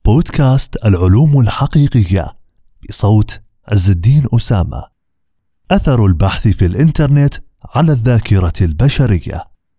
بودكاست العلوم الحقيقية بصوت عز الدين أسامة. أثر البحث في الإنترنت على الذاكرة البشرية.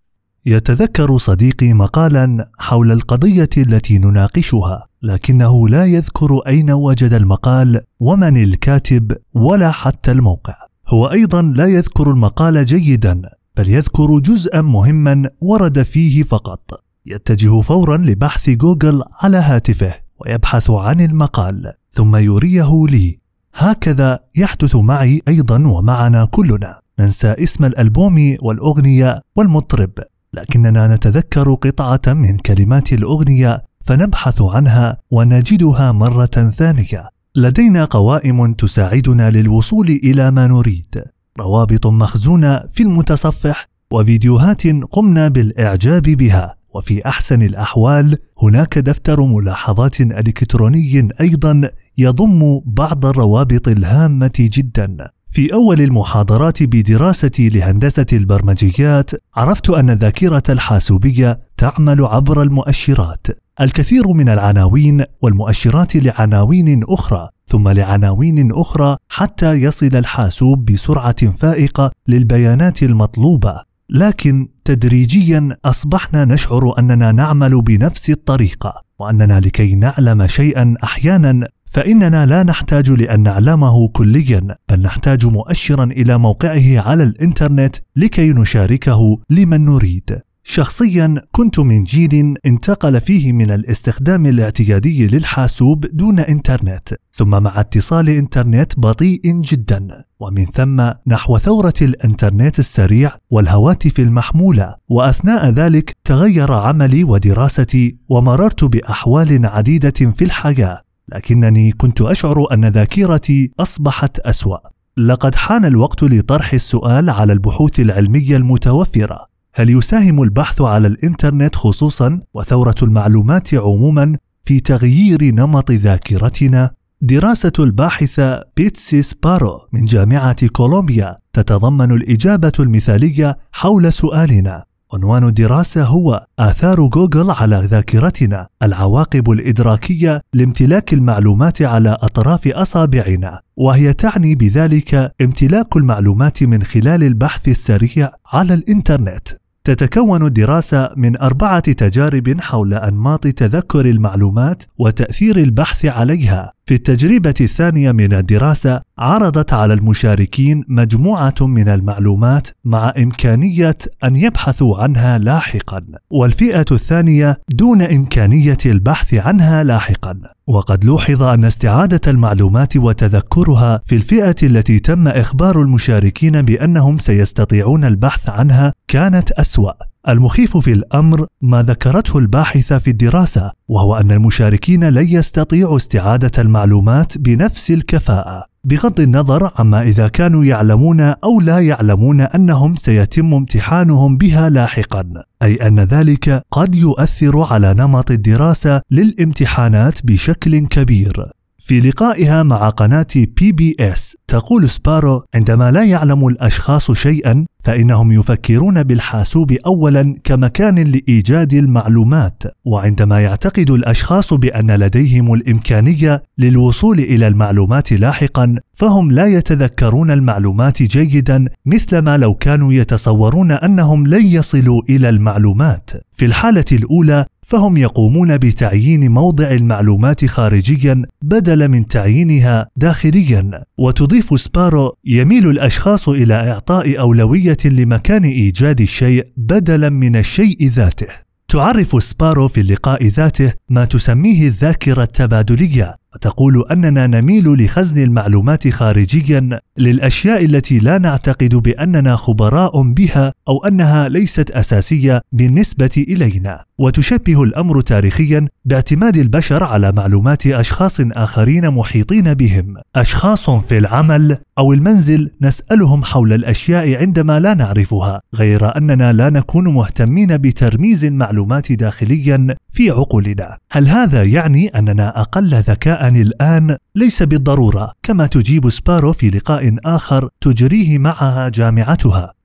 يتذكر صديقي مقالا حول القضية التي نناقشها، لكنه لا يذكر أين وجد المقال ومن الكاتب ولا حتى الموقع. هو أيضا لا يذكر المقال جيدا، بل يذكر جزءا مهما ورد فيه فقط. يتجه فورا لبحث جوجل على هاتفه ويبحث عن المقال ثم يريه لي. هكذا يحدث معي أيضا ومعنا كلنا. ننسى اسم الألبوم والأغنية والمطرب، لكننا نتذكر قطعة من كلمات الأغنية فنبحث عنها ونجدها مرة ثانية. لدينا قوائم تساعدنا للوصول إلى ما نريد، روابط مخزونة في المتصفح، وفيديوهات قمنا بالإعجاب بها. وفي أحسن الأحوال هناك دفتر ملاحظات إلكتروني أيضا يضم بعض الروابط الهامة جدا. في أول المحاضرات بدراستي لهندسة البرمجيات عرفت أن الذاكرة الحاسوبية تعمل عبر المؤشرات. الكثير من العناوين والمؤشرات لعناوين أخرى ثم لعناوين أخرى حتى يصل الحاسوب بسرعة فائقة للبيانات المطلوبة. لكن تدريجيا أصبحنا نشعر أننا نعمل بنفس الطريقة، وأننا لكي نعلم شيئا أحيانا فإننا لا نحتاج لأن نعلمه كليا، بل نحتاج مؤشرا إلى موقعه على الإنترنت لكي نشاركه لمن نريد. شخصيا كنت من جيل انتقل فيه من الاستخدام الاعتيادي للحاسوب دون إنترنت، ثم مع اتصال إنترنت بطيء جدا، ومن ثم نحو ثورة الإنترنت السريع والهواتف المحمولة. وأثناء ذلك تغير عملي ودراستي ومررت بأحوال عديدة في الحياة، لكنني كنت أشعر أن ذاكرتي أصبحت أسوأ. لقد حان الوقت لطرح السؤال على البحوث العلمية المتوفرة: هل يساهم البحث على الإنترنت خصوصا وثورة المعلومات عموما في تغيير نمط ذاكرتنا؟ دراسة الباحثة بيتسي سبارو من جامعة كولومبيا تتضمن الإجابة المثالية حول سؤالنا. عنوان الدراسة هو آثار جوجل على ذاكرتنا، العواقب الإدراكية لامتلاك المعلومات على أطراف أصابعنا، وهي تعني بذلك امتلاك المعلومات من خلال البحث السريع على الإنترنت. تتكون الدراسة من 4 تجارب حول أنماط تذكر المعلومات وتأثير البحث عليها. في التجربة الثانية من الدراسة عرضت على المشاركين مجموعة من المعلومات مع إمكانية أن يبحثوا عنها لاحقا، والفئة الثانية دون إمكانية البحث عنها لاحقا. وقد لوحظ أن استعادة المعلومات وتذكرها في الفئة التي تم إخبار المشاركين بأنهم سيستطيعون البحث عنها كانت أسوأ. المخيف في الأمر ما ذكرته الباحثة في الدراسة، وهو أن المشاركين لن يستطيعوا استعادة المعلومات بنفس الكفاءة، بغض النظر عما إذا كانوا يعلمون أو لا يعلمون أنهم سيتم امتحانهم بها لاحقا، أي أن ذلك قد يؤثر على نمط الدراسة للامتحانات بشكل كبير. في لقائها مع قناة PBS تقول سبارو: عندما لا يعلم الأشخاص شيئا فإنهم يفكرون بالحاسوب أولا كمكان لإيجاد المعلومات، وعندما يعتقد الأشخاص بأن لديهم الإمكانية للوصول إلى المعلومات لاحقا فهم لا يتذكرون المعلومات جيدا مثلما لو كانوا يتصورون أنهم لن يصلوا إلى المعلومات. في الحالة الأولى فهم يقومون بتعيين موضع المعلومات خارجيا بدلا من تعيينها داخليا. وتضيف سبارو: يميل الأشخاص إلى إعطاء أولوية لمكان إيجاد الشيء بدلا من الشيء ذاته. تعرف سبارو في اللقاء ذاته ما تسميه الذاكرة التبادلية، وتقول أننا نميل لخزن المعلومات خارجيا للأشياء التي لا نعتقد بأننا خبراء بها أو أنها ليست أساسية بالنسبة إلينا. وتشبه الأمر تاريخيا باعتماد البشر على معلومات أشخاص آخرين محيطين بهم، أشخاص في العمل أو المنزل نسألهم حول الأشياء عندما لا نعرفها، غير أننا لا نكون مهتمين بترميز المعلومات داخليا في عقولنا. هل هذا يعني أننا أقل ذكاء الآن؟ ليس بالضرورة، كما تجيب سبارو في لقاء آخر تجريه معها جامعتها.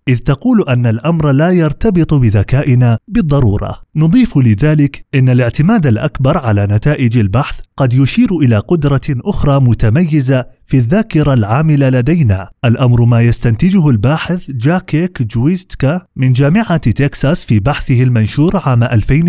إذ تقول أن الأمر لا يرتبط بذكائنا بالضرورة. نضيف لذلك أن الاعتماد الأكبر على نتائج البحث قد يشير إلى قدرة أخرى متميزة في الذاكرة العاملة لدينا، الأمر ما يستنتجه الباحث جاكيك جويستكا من جامعة تكساس في بحثه المنشور عام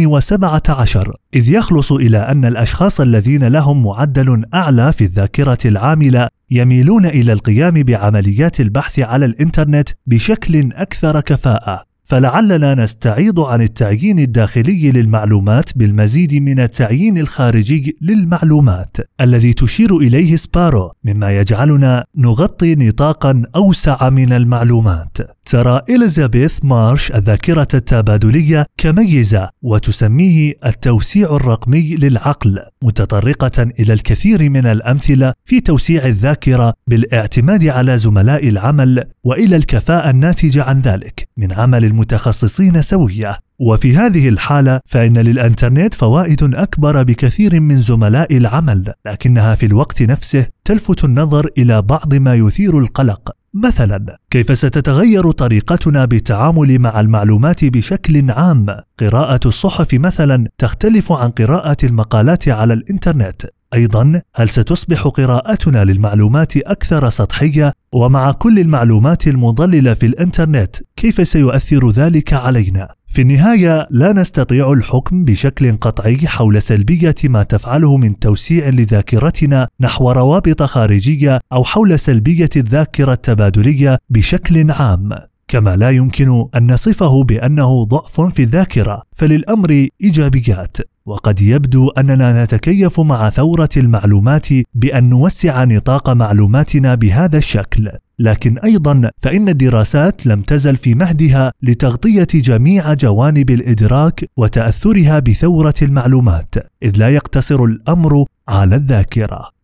2017، إذ يخلص إلى أن الأشخاص الذين لهم معدل أعلى في الذاكرة العاملة يميلون إلى القيام بعمليات البحث على الإنترنت بشكل أكثر كفاءة. فلعلنا نستعيض عن التعيين الداخلي للمعلومات بالمزيد من التعيين الخارجي للمعلومات الذي تشير إليه سبارو، مما يجعلنا نغطي نطاقا أوسع من المعلومات. ترى إليزابيث مارش الذاكرة التبادلية كميزة وتسميه التوسيع الرقمي للعقل، متطرقة إلى الكثير من الأمثلة في توسيع الذاكرة بالاعتماد على زملاء العمل وإلى الكفاءة الناتجة عن ذلك من عمل المتخصصين سوية. وفي هذه الحالة فإن للإنترنت فوائد أكبر بكثير من زملاء العمل، لكنها في الوقت نفسه تلفت النظر إلى بعض ما يثير القلق. مثلا، كيف ستتغير طريقتنا بالتعامل مع المعلومات بشكل عام؟ قراءة الصحف مثلا تختلف عن قراءة المقالات على الإنترنت. أيضا، هل ستصبح قراءتنا للمعلومات أكثر سطحية؟ ومع كل المعلومات المضللة في الإنترنت، كيف سيؤثر ذلك علينا؟ في النهاية، لا نستطيع الحكم بشكل قطعي حول سلبية ما تفعله من توسيع لذاكرتنا نحو روابط خارجية أو حول سلبية الذاكرة التبادلية بشكل عام، كما لا يمكن أن نصفه بأنه ضعف في الذاكرة، فللأمر إيجابيات. وقد يبدو أننا نتكيف مع ثورة المعلومات بأن نوسع نطاق معلوماتنا بهذا الشكل، لكن أيضا فإن الدراسات لم تزل في مهدها لتغطية جميع جوانب الإدراك وتأثرها بثورة المعلومات، إذ لا يقتصر الأمر على الذاكرة.